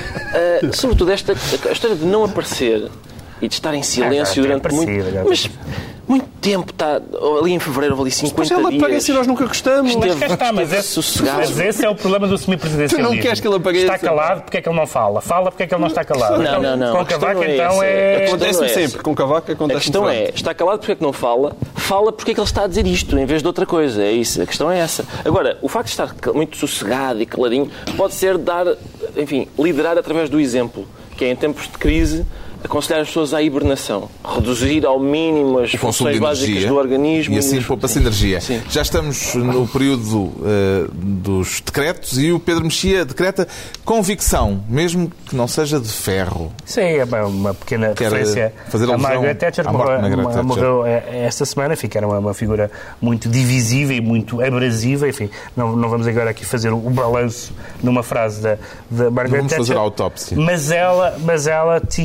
ah, sobretudo, esta a história de não aparecer e de estar em silêncio Ah, já durante tem muito... aparecido, já Mas muito tempo, está... Ali em fevereiro, houve ali Mas cinquenta ele dias... aparece e nós nunca gostamos. Mas cá está, mas esteve esse, sossegado. mas esse é o problema do semipresidencialismo. Tu não queres que ele apareça? Está calado, porque é que ele não fala? Fala, porque é que ele não está calado? Não, não, não. Com A questão Cavaco, não é então, essa. é... A questão Acontece não é sempre. essa. Com Cavaco A acontece questão é, está calado porque é que não fala? Fala porque é que ele está a dizer isto, em vez de outra coisa. É isso. A questão é essa. Agora, o facto de estar muito sossegado e caladinho pode ser dar, enfim, liderar através do exemplo, que é em tempos de crise aconselhar as pessoas à hibernação, reduzir ao mínimo as O consumo de funções básicas energia do organismo. e assim poupa-se energia. Sim. Já estamos no período uh, dos decretos e o Pedro Mexia decreta convicção, mesmo que não seja de ferro. Isso é uma, uma pequena Quer referência fazer a alusão Margaret Thatcher, à morte de Margaret morreu, Thatcher. morreu esta semana, enfim, que era uma, uma figura muito divisiva e muito abrasiva, enfim, não, não vamos agora aqui fazer o, o balanço numa frase da, da Margaret vamos Thatcher. fazer a autópsia. Mas ela, mas ela tinha,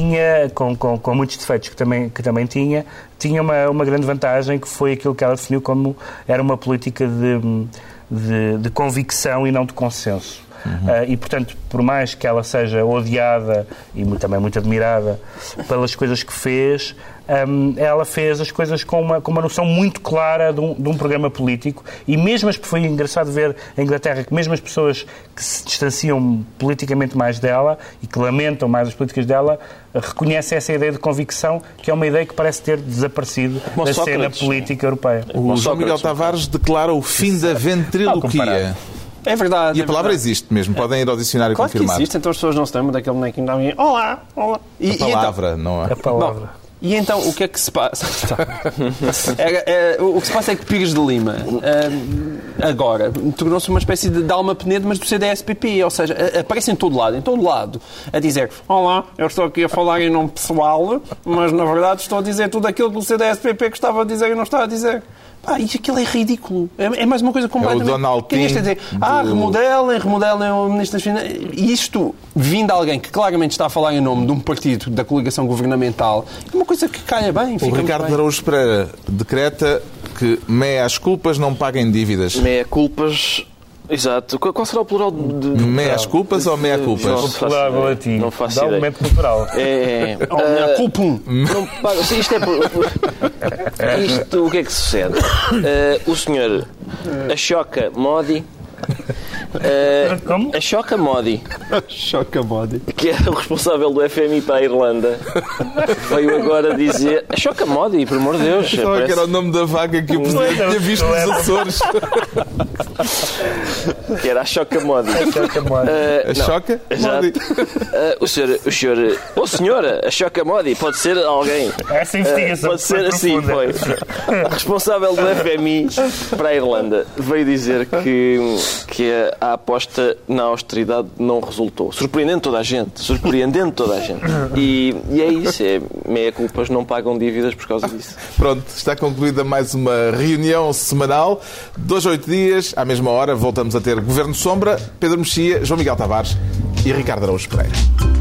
com, com, com muitos defeitos que também, que também tinha, tinha uma, uma grande vantagem, que foi aquilo que ela definiu como era uma política de, de, de convicção e não de consenso. Uhum. Uh, e, portanto, por mais que ela seja odiada e também muito admirada pelas coisas que fez, um, ela fez as coisas com uma, com uma noção muito clara de um, de um programa político, e mesmo as, foi engraçado ver em Inglaterra que mesmo as pessoas que se distanciam politicamente mais dela e que lamentam mais as políticas dela, reconhecem essa ideia de convicção, que é uma ideia que parece ter desaparecido Como da Sócrates, cena política europeia. O João Miguel Tavares declara o fim da ventriloquia. É verdade. E é a palavra verdade. existe mesmo, podem ir ao dicionário Claro confirmar. que existe, então as pessoas não se lembram daquele bonequinho que estava olá, olá. E, A palavra, não é? A palavra. Bom, e então, o que é que se passa? é, é, o que se passa é que Pires de Lima é, agora tornou-se uma espécie de, de Alma Penedo, mas do C D S P P, ou seja, aparece em todo lado, em todo lado, a dizer: olá, eu estou aqui a falar em nome pessoal, mas na verdade estou a dizer tudo aquilo que o C D S P P gostava de dizer e não está a dizer. Pá, e aquilo é ridículo. É, é mais uma coisa completamente... É o Donald Quem é este a dizer? do... Ah, remodelem, remodelem o Ministro das Finanças. E isto, vindo de alguém que claramente está a falar em nome de um partido da coligação governamental, é uma coisa que calha bem. O Ricardo bem. Araújo Pereira decreta que meia culpas não paguem dívidas. Meia culpas... Exato. Qual será o plural de... Meias culpas ou meia culpas? Não faço Popular ideia. latim. Não faço Dá um ideia. momento cultural. É, é, Oh, uh, culpum. não paga. Sim, isto é por, por- isto, o que é que sucede? Uh, o senhor Ashoka Modi, uh, Como? Ashoka Modi, Choca body. que era o responsável do F M I para a Irlanda, veio agora dizer... Ashoka Modi, por amor de Deus. Então, que era o Parece, nome da vaga que o Presidente Não, tinha visto não nos é. Açores. que era Ashoka Modi. Choca Modi. Uh, A não. choca? Exato. Modi. Uh, o senhor, o senhor, ou senhora, a Choca Modi, pode ser alguém. Essa investigação Uh, pode ser foi assim, foi. profunda. Responsável do F M I para a Irlanda veio dizer que, que a aposta na austeridade não resultou. Surpreendendo toda a gente. Surpreendendo toda a gente. E, e é isso. É, meia culpas não pagam dívidas por causa disso. Pronto, está concluída mais uma reunião semanal. Dois a oito dias, à mesma hora, voltamos a ter Governo Sombra, Pedro Mexia, João Miguel Tavares e Ricardo Araújo Pereira.